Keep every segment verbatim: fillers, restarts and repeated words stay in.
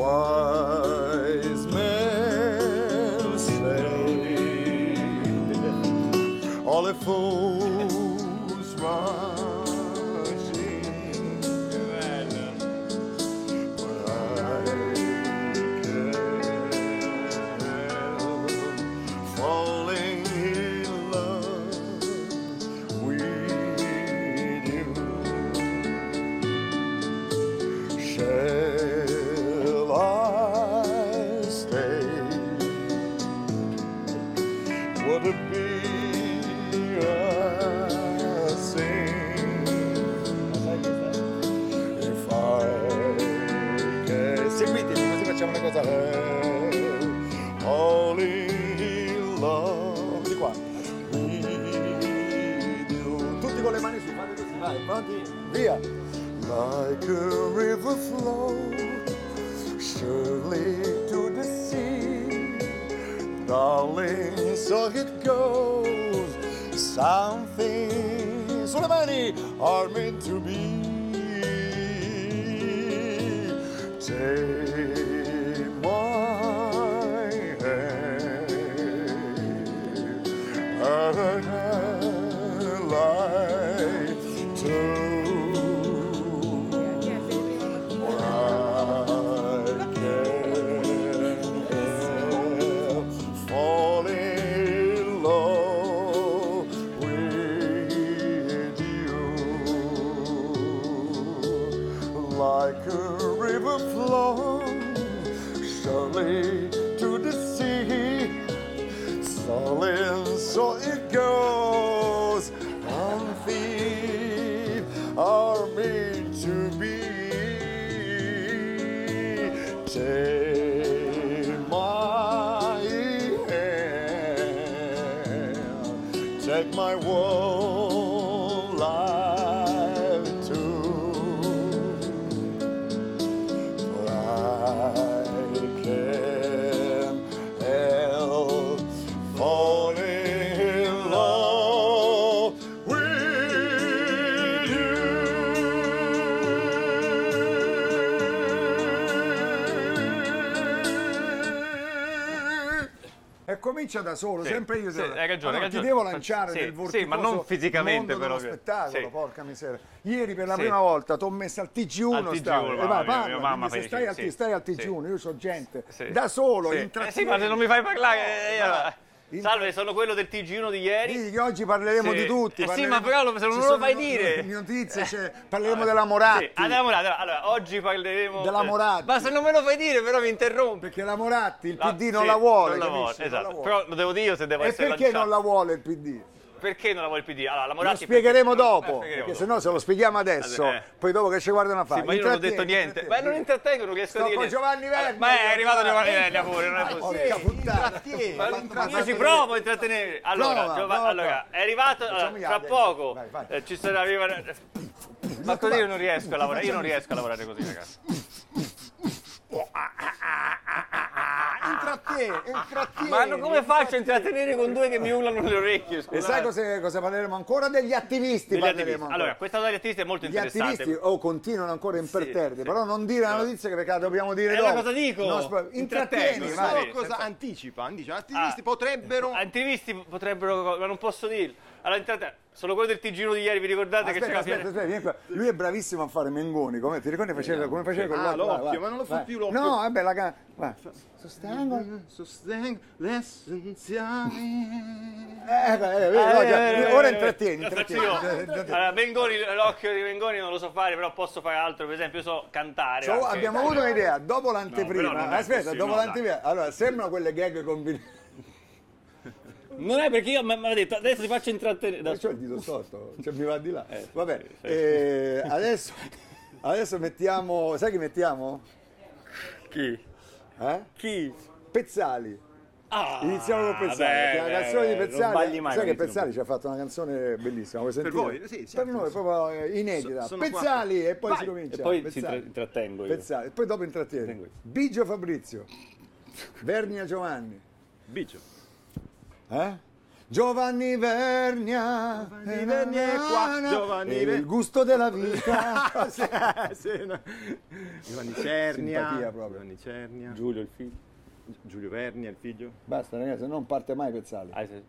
Wise men say all the fools rushing, but I can't help falling in love with you. Shall I stay? Would it be a sin if I can? Seguitemi, così facciamo una cosa. All in love. Di qua. With you. Tutti con le mani su, fate così, vai, pronti? Via. Like a river flows surely to the sea, darling, so it goes. Some things, sulle mani, are meant to be. Take my hand, and I'd like to. Like a river flows surely to the sea, sullen so it goes. Some thieves are made to be. Take my hand, take my whole life too. E comincia da solo, sì, sempre io sì, devo... hai ragione, allora, hai ragione. ti devo lanciare sì, nel vorticoso sì, ma non fisicamente, mondo dello però. spettacolo, Sì. porca miseria. Ieri per la Sì. prima volta ti ho messo al T G uno, Al T G uno, stai, mamma e vai, mia, parla, mia mamma quindi se fece, stai al, sì. stai al T G uno, Sì. io so gente, Sì. da solo, Sì. intrattieni. Eh sì, ma se non mi fai parlare... No, io- va. Salve, sono quello del T G uno di ieri. Sì, che oggi parleremo Sì. di tutti. Eh sì, parleremo- ma però lo- se non ci lo sono fai no- dire. no- notizie, cioè, parleremo della Moratti. Sì, ah, della Moratti. Allora, oggi parleremo... Della eh, Moratti. Ma se non me lo fai dire, però mi interrompi. Perché la Moratti il La- P D non sì, la vuole, non la vuole, capisci? Non esatto. la vuole. Però lo devo dire io se devo E essere perché lanciato. non la vuole il P D? Perché non la vuole il P D? Allora, la Lo Moratti... spiegheremo perché- dopo, eh, spiegheremo perché dopo. se no se lo spieghiamo adesso, Eh. poi dopo che ci guardano a fare. Sì, ma io non ho detto Intrattieni, niente. Ma intrattieni. non intrattengo, non riesco Sto a dire con niente. Giovanni Verdi. Ma è arrivato Giovanni Verdi pure, non è possibile. Porca puttana. Ma, ma io ci provo a intrattenere. Allora, Prova, Giova- prova. allora è arrivato allora, Facciamo gli tra altri. poco. Vai, vai. eh, ci sarà arriva- Ma così io non riesco a lavorare. Io non riesco a lavorare così, ragazzi. Intrattieni, intrattieni. Ma no, come faccio a intrattenere con due che mi urlano nelle orecchie? E Scusate. sai cosa, cosa parleremo ancora? Degli attivisti Degli parleremo attivisti. ancora. Allora, questa cosa degli attivisti è molto Gli interessante. attivisti oh, continuano ancora imperterriti, sì. però non dire la notizia che perché la dobbiamo dire E dopo. allora cosa dico? Non sp- intrattieni, Intrattengo, vai. sì. cosa senza- anticipa? Dice, gli attivisti Ah. potrebbero... Attivisti potrebbero, ma non posso dirlo. Allora, intratte- sono quello del T G uno di ieri, vi ricordate che Aspetta, c'era aspetta, aspetta, vieni qua. Lui è bravissimo a fare Mengoni, come ti ricordi faceva, come faceva con Ah, l'occhio? Vai, l'occhio, vai, ma non lo fa vai. più l'occhio. No, vabbè, la can... vai. Sostengo. Sostengo l'essenziale. Eh, beh, eh, vedi, Ah, no, eh, già, eh, ora eh, intrattieni, eh, faccio intrattieni. io. intrattieni. Allora, Mengoni, l'occhio di Mengoni non lo so fare, però posso fare altro. Per esempio, io so cantare. Cioè, anche. abbiamo avuto un'idea, dopo però l'anteprima, non è aspetta, possibile, dopo no, l'anteprima, allora sembrano quelle gag combinate. Non è perché io mi ha detto, adesso ti faccio intrattenere. Ma c'ho il dito sotto, cioè mi va di là. Eh, Vabbè, sì, sì. eh, adesso, adesso mettiamo, sai chi mettiamo? Chi? Eh? Chi? Pezzali. Ah, Iniziamo con Pezzali, beh, perché la beh, canzone di beh, non Pezzali, sbagli mai sai che quando Pezzali ci ha fatto una canzone bellissima, vuoi Per sentire? voi? Sì, sì, Per noi, sì. proprio eh, inedita. So- sono qua. Pezzali e poi Vai. si comincia. E poi si Pezzali. intra- intrattengo io. Pezzali, e poi dopo intrattieni. Intrattengo io. Bigio Fabrizio, Vernia Giovanni, Bicio. eh? Giovanni Vernia, Giovanni Vernia è qua, Giovanni e Ver- il gusto della vita. Sì, sì, no. Giovanni Cernia, Simpatia proprio. Giovanni Cernia, Giulio il figlio. Giulio Vernia il figlio. Basta ragazzi, non parte mai Pezzali. Ah, sì.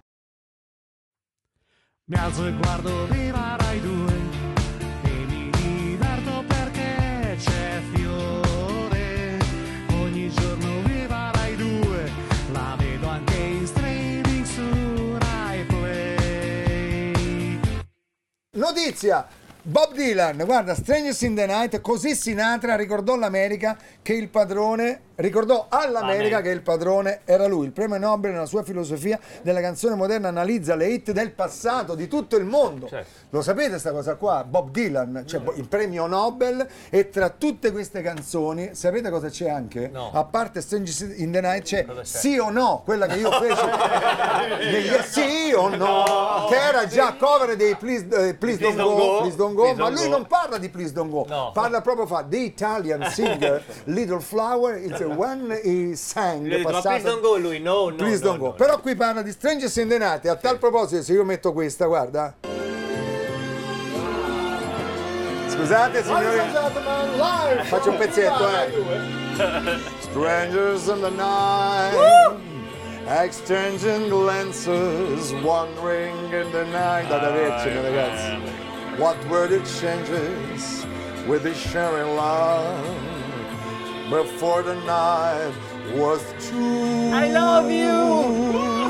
Mi alzo e guardo Viva Rai due e mi diverto perché c'è Fiore. Ogni giorno Viva Rai due, la vedo anche in streaming su Rai Play. Notizia! Bob Dylan, guarda, Strangers in the Night, così Sinatra ricordò l'America che il padrone, ricordò all'America Amen. che il padrone era lui. Il premio Nobel nella sua filosofia della canzone moderna analizza le hit del passato di tutto il mondo. Certo. Lo sapete sta cosa qua? Bob Dylan, cioè il premio Nobel, e tra tutte queste canzoni, sapete cosa c'è anche? No. A parte Strangers in the Night c'è Cosa c'è? Sì o No, quella che io feci negli Sì o No, che era già cover dei Please, eh, Please Don't Go, Please Don't Go, Please ma Don't lui Go. non parla di Please Don't Go, No. parla proprio fa The Italian singer Little Flower, it's when he sang Lui ha detto, ma passato- please don't go, lui no, no, Please no, Don't no, Go. no. Però qui parla di Strangers in the Night, e a tal proposito se io metto questa, guarda. Scusate signori, faccio un pezzetto, eh. Strangers in the night, exchanging glances, wandering in the night. Da Vergine, ragazzi. What were the exchanges with the sharing love before the night was true? I love you!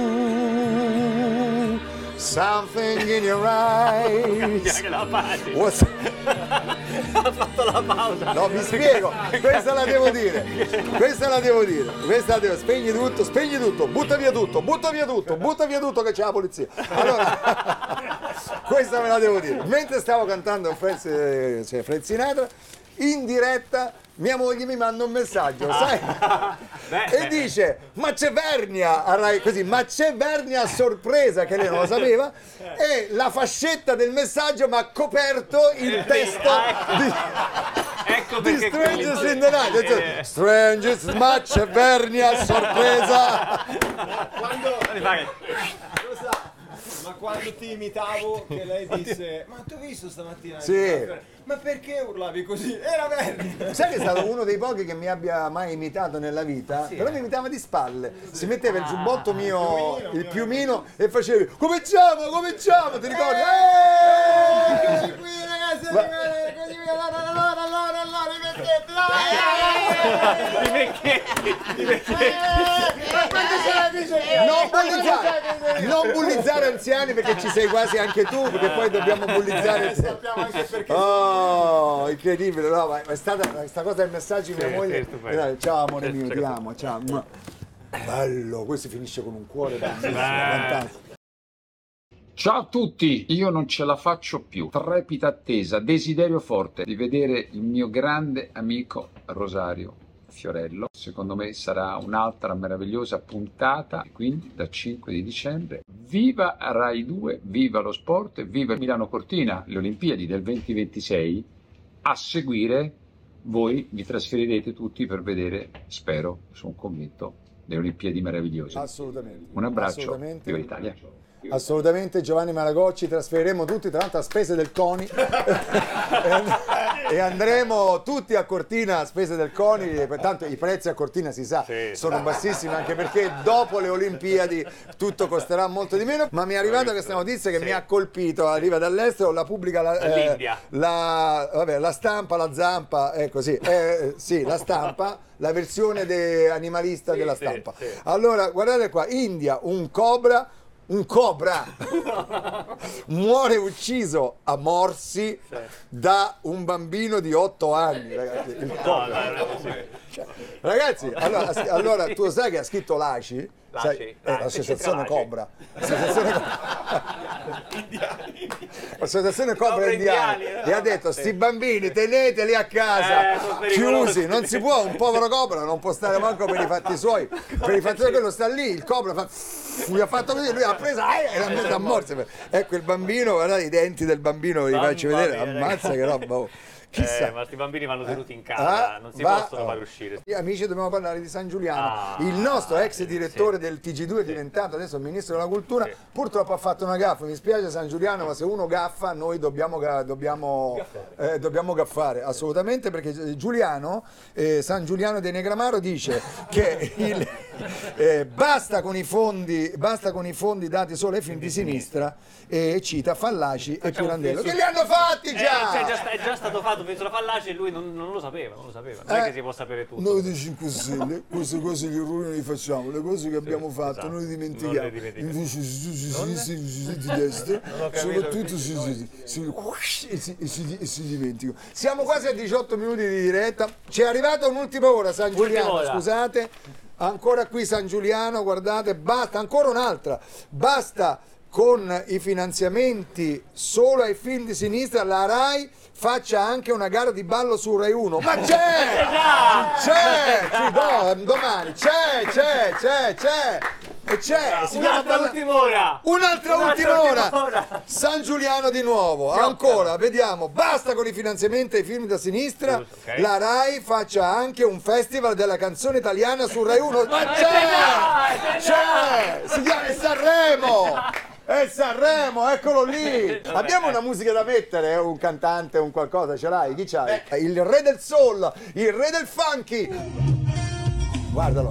Something in your eyes Che la pace. was... Ha fatto la pausa. No, vi spiego, questa la devo dire, questa la devo dire, questa la devo, spegni tutto, spegni tutto, butta via tutto, butta via tutto, butta via tutto che c'è la polizia. Allora, questa me la devo dire. Mentre stavo cantando Frank, eh, cioè Frank Sinatra, in diretta mia moglie mi manda un messaggio, sai? E dice, ma c'è Vernia, a Rai- così, ma c'è Vernia a sorpresa, che lei non lo sapeva, e la fascetta del messaggio mi ha coperto il testo di... Ecco di perché Strangers quelli- in the Night. Eh, Strangers, ma c'è Vernia a sorpresa. Quando, eh, fai- lo sa, ma quando ti imitavo che lei disse ma ti ho visto stamattina? Sì. Ma perché urlavi così? Era Vernia! Sai che è stato uno dei pochi che mi abbia mai imitato nella vita? Però mi imitava di spalle. Si metteva il giubbotto mio, il piumino, e facevi cominciamo, cominciamo, ti ricordi? Eccoci Eh! qui ragazzi, Ma- eccoci qui, allora, allora, allora, allora, i vecchietti, I vecchietti, i vecchietti. Non bullizzare, non bullizzare anziani, perché ci sei quasi anche tu, perché poi dobbiamo bullizzare. sappiamo anche perché. Oh, incredibile, no, ma è stata questa cosa del messaggio di mia Sì, moglie. sì, stupendo. Eh, ciao amore Sì, mio, sì, ti sì. amo, ciao. Mua. Bello, questo finisce con un cuore bellissimo, fantastico. Ciao a tutti, io non ce la faccio più. Trepida attesa, desiderio forte di vedere il mio grande amico Rosario Fiorello. Secondo me sarà un'altra meravigliosa puntata, quindi da cinque di dicembre. Viva Rai due, viva lo sport, viva Milano Cortina, le Olimpiadi del duemilaventisei. A seguire voi vi trasferirete tutti per vedere, spero, sono convinto, le Olimpiadi meravigliose. Assolutamente. Un abbraccio, Assolutamente. viva l'Italia. Assolutamente, Giovanni Malagocci, trasferiremo tutti, tra l'altro a spese del CONI e and- e andremo tutti a Cortina a spese del CONI, tanto i prezzi a Cortina si sa Sì. sono bassissimi, anche perché dopo le Olimpiadi tutto costerà molto di meno. Ma mi è arrivata questa notizia che Sì. mi ha colpito, arriva dall'estero, la pubblica la, eh, L'India. la, vabbè, la stampa, la zampa, è così, eh, sì, la stampa, la versione de- animalista della sì, stampa. sì. Allora, guardate qua, India, un cobra, un cobra muore ucciso a morsi da un bambino di otto anni, ragazzi. Il No, cobra. no, no, sì. Cioè, ragazzi, allora, as- allora, tu sai che ha scritto l'A C I? L'A C I? Sai, eh, Ah, l'associazione che c'entra l'A C I? Cobra. L'associazione Cobra. L'associazione Cobra Cobra indiana indiani, e ha detto sti bambini teneteli a casa Eh, sono pericolosi. chiusi, non si può, un povero cobra non può stare manco per i fatti suoi, per i fatti suoi quello sta lì, il cobra fa gli ha fatto così, lui l'ha presa eh, e l'ha messa a morsi. Ecco il bambino, guardate i denti del bambino, vi Mamma faccio vedere, mia, ammazza che roba, oh. Chissà. Eh, ma questi bambini vanno tenuti in casa, Ah, non si va- possono far uscire. Amici, dobbiamo parlare di San Giuliano. Ah, il nostro ex sì, direttore sì. del T G due è diventato adesso il ministro della cultura. Sì. Purtroppo ha fatto una gaffa. Mi spiace San Giuliano, ma se uno gaffa noi dobbiamo, ga- dobbiamo, eh, dobbiamo gaffare assolutamente, perché Giuliano, eh, San Giuliano de Negramaro dice che il, eh, basta con i fondi, basta con i fondi dati solo ai film di sinistra, e cita Fallaci e Pirandello, che li hanno fatti Eh, già! cioè, già sta- è già stato fatto, penso la Fallaci, e lui non, non lo sapeva, non lo sapeva. Non è Eh, che si può sapere tutto. Noi dei cinque Stelle queste cose gli errori non li facciamo, le cose che abbiamo fatto esatto. noi le Non dimentichiamo. le dimentichiamo. Invece sui sinistri, sui di destra, soprattutto si, si, si, e si, e si- e si dimenticano. Siamo quasi a diciotto minuti di diretta. Ci è arrivata un'ultima ora, San Giuliano, ora. scusate. Ancora qui San Giuliano, guardate, basta, ancora un'altra. Basta con i finanziamenti solo ai film di sinistra, la Rai faccia anche una gara di ballo su Rai uno. Ma c'è! C'è! Ci do, domani c'è, c'è, c'è, c'è! E c'è! Si chiama Un'altra Balla- ultima ora! Un'altra ultima Un'altra ora. ultima ora. San Giuliano di nuovo, ancora, vediamo, basta con i finanziamenti ai film da sinistra, Giusto, ok. la Rai faccia anche un festival della canzone italiana su Rai uno, ma c'è, c'è, si chiama è Sanremo, è Sanremo, eccolo lì, abbiamo una musica da mettere, un cantante, un qualcosa, ce l'hai, chi c'hai? Il re del soul, il re del funky, guardalo.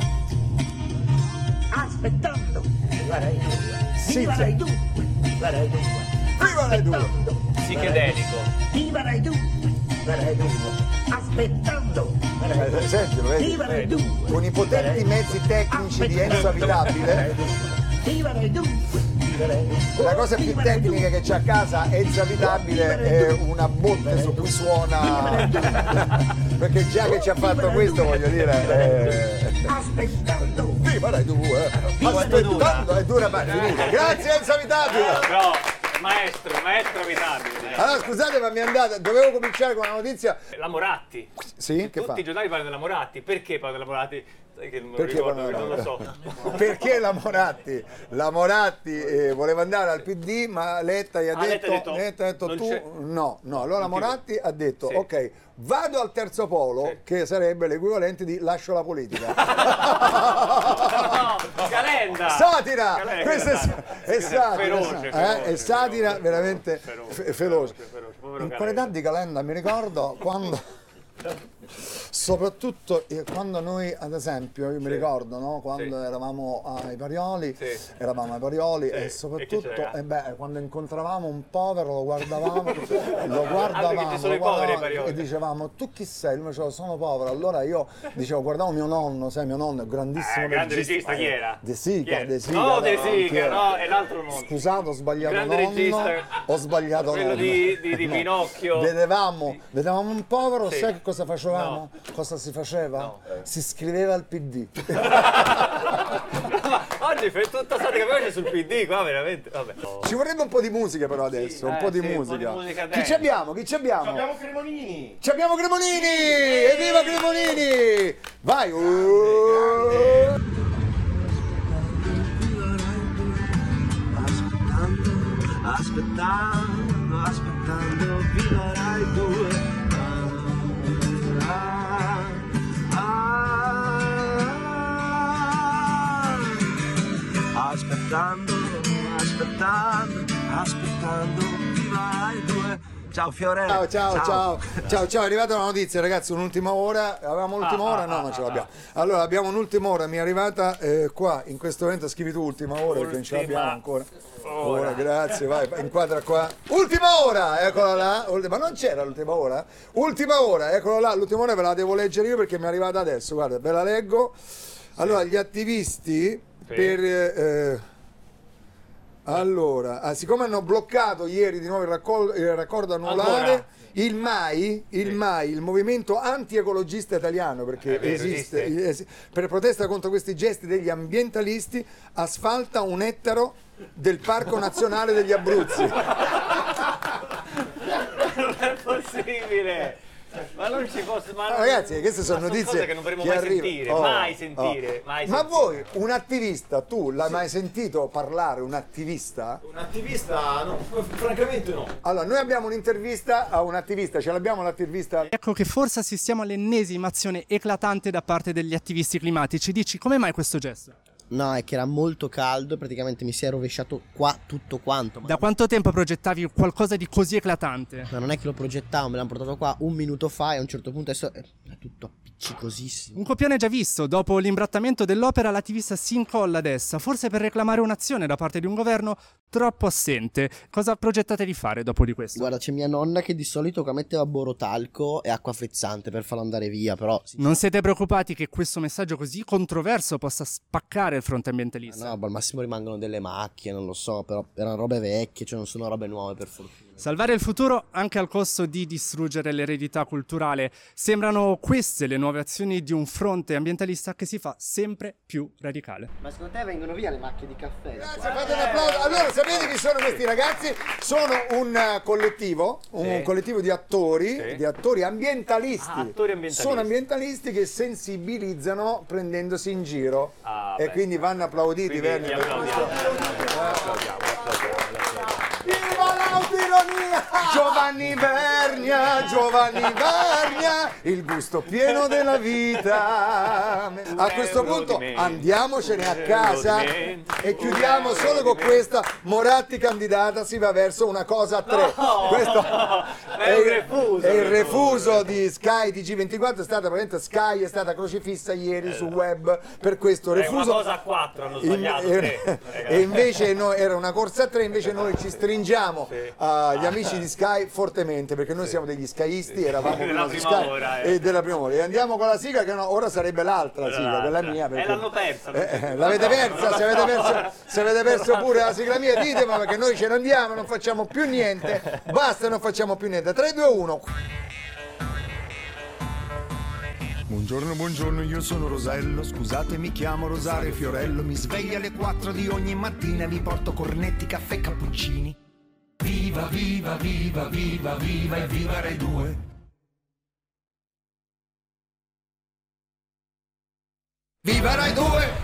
Aspettando la Rai due. Sì, Viva sì. Rai due. La Rai due. Viva Rai due. Aspettando Psichedelico. Viva Rai due. La Rai due. Aspettando la Rai Per due. esempio, vedi? Viva Rai due. Con i potenti mezzi tecnici di Enzo Avitabile, Viva Rai due. Viva Rai due. la cosa più Viva Rai tecnica che c'è a casa Enzo Avitabile è una botte su cui suona, perché già che ci ha fatto questo, voglio dire, eh, Aspettando. viva Rai due, aspettando, è dura ma è finita. Grazie Enzo Avitabile. Però, maestro, maestro Avitabile. diciamo. Allora scusate, ma mi è andata, dovevo cominciare con una notizia. La Moratti. Sì, che Tutti fa? i giornali parlano della Moratti. Perché parlano della Moratti? Sai che non me lo Perché ricordo, parlano non della lo so. Perché la Moratti, la Moratti eh, voleva andare al P D, ma Letta gli ha Ah, Letta detto, ha detto, Letta ha detto non tu c'è- no, no, allora la Non ti- Moratti ha detto Sì. ok, vado al terzo polo, Sì. che sarebbe l'equivalente di lascio la politica. No, Calenda! Satira! Calenda. Questa è, è satira, Feroce, eh, feroce, è satira feroce, veramente feroce, fe- feroce. feroce, feroce, povero In Calenda. qualità di Calenda mi ricordo quando soprattutto eh, quando noi, ad esempio, io mi Sì. ricordo, no? Quando Sì. eravamo ai Parioli, Sì. eravamo ai Parioli Sì. e E soprattutto chi c'era? eh beh, quando incontravamo un povero lo guardavamo, lo Ah, perché ci sono guardavamo, i lo poveri ai guardavamo Parioli. e dicevamo tu chi sei? Lui mi diceva sono povero, allora io dicevo guardavo mio nonno, sai mio nonno è un grandissimo Eh, grande regista, chi era? De Chi Sica, era? De Sica, No, De chi Sica, era? no, è l'altro mondo. Scusate, ho sbagliato Grande nonno, regista. ho sbagliato Quello nonno. di- di- di No. Pinocchio. Vedevamo, vedevamo un povero, Sì. sai che cosa facevamo? No. Cosa si faceva? No. Si iscriveva al P D. Ma oggi fai tutta sta capace sul P D qua, veramente. Vabbè. Ci vorrebbe un po' di musica però adesso, Sì, un eh, po' di sì, un po' musica. di musica Chi dance. ci abbiamo? Chi ci abbiamo? Abbiamo Cremonini. Ci abbiamo Cremonini! Evviva Cremonini! Vai! Uh! Aspettando, aspettando, viva Rai due. Ah, ah, ah. Aspettando, aspettando, aspettando, viva Rai due. Ciao Fiorello. Ciao, ciao, ciao, ciao, ciao, è arrivata una notizia ragazzi, un'ultima ora, avevamo l'ultima ora? No, non ce l'abbiamo. Allora, abbiamo un'ultima ora, mi è arrivata eh, qua, in questo momento scrivi tu ultima ora, perché non ce Ultima l'abbiamo ancora. ora. Ora, grazie, vai, inquadra qua. Ultima ora, eccola là, ultima- ma non c'era l'ultima ora? Ultima ora, eccola là, l'ultima ora ve la devo leggere io perché mi è arrivata adesso, guarda, ve la leggo. Allora, gli attivisti per... eh, allora, ah, siccome hanno bloccato ieri di nuovo il, raccol- il raccordo anulare, Ancora? il M A I, il Sì. M A I, il movimento anti-ecologista italiano, perché È vero, esiste, esiste. esi- per protesta contro questi gesti degli ambientalisti, asfalta un ettaro del Parco Nazionale degli Abruzzi. Non è possibile! Ma non ci posso, ma Ah, ragazzi, queste sono ma notizie cose che non vorremmo che mai arrivano. sentire, Oh, mai sentire, oh. mai Ma sentire. voi, un attivista, tu l'hai mai sentito parlare, un attivista? Un attivista, no, francamente no. Allora, noi abbiamo un'intervista a un attivista, ce l'abbiamo l'attivista. Ecco che forse assistiamo all'ennesima azione eclatante da parte degli attivisti climatici. Dici, come mai questo gesto? No, è che era molto caldo e praticamente mi si è rovesciato qua tutto quanto. Ma Da quanto tempo progettavi qualcosa di così eclatante? ma non è che lo progettavo, me l'hanno portato qua un minuto fa e a un certo punto adesso è tutto appiccicosissimo. Un copione già visto, dopo l'imbrattamento dell'opera l'attivista si incolla ad essa, forse per reclamare un'azione da parte di un governo troppo assente. Cosa progettate di fare dopo di questo? Guarda, c'è mia nonna che di solito qua metteva borotalco e acqua frizzante per farlo andare via, però... sì. Non siete preoccupati che questo messaggio così controverso possa spaccare il fronte ambientalista? No, ma al massimo rimangono delle macchie, non lo so, però erano robe vecchie, cioè non sono robe nuove per fortuna. Salvare il futuro anche al costo di distruggere l'eredità culturale. Sembrano queste le nuove azioni di un fronte ambientalista che si fa sempre più radicale. Ma secondo te vengono via le macchie di caffè? Grazie, fate un applauso. Allora, sapete chi sono questi ragazzi? Sono un uh, collettivo, un Sì. collettivo di attori, Sì. di attori ambientalisti. Ah, attori ambientalisti. Sono ambientalisti che sensibilizzano prendendosi in giro. Ah, e beh. quindi vanno applauditi. Quindi Verni, gli per applaudiamo. questo. Applaudiamo, applaudiamo, applaudiamo. Viva l'autoironia! Giovanni Vernia, Giovanni Vernia, il gusto pieno della vita. A questo punto andiamocene a casa e chiudiamo solo con questa. Moratti candidata, si va verso una cosa a tre. Questo è un refuso. è il refuso di Sky T G ventiquattro. È stata praticamente Sky è stata crocifissa ieri sul web per questo È una refuso. cosa a quattro, hanno In- sbagliato. e, tre. e invece no, era una corsa a tre, invece noi ci stringiamo agli amici di Sky fortemente perché noi siamo degli skyisti, eravamo Della prima su prima Sky ora, eh. e della prima ora. E andiamo con la sigla che no, ora sarebbe l'altra sigla, quella l'altra. mia. E perché- l'hanno persa, non Eh, si- eh, l'avete persa, se avete perso, se avete perso pure la sigla mia ditemelo perché noi ce ne andiamo, non facciamo più niente, basta, non facciamo più niente. tre, due, uno. Buongiorno, buongiorno, io sono Rosello, scusate mi chiamo Rosario Fiorello, mi sveglio alle quattro di ogni mattina, vi porto cornetti, caffè, cappuccini. Viva, viva, viva, viva, viva e viva Rai due. Viva Rai due!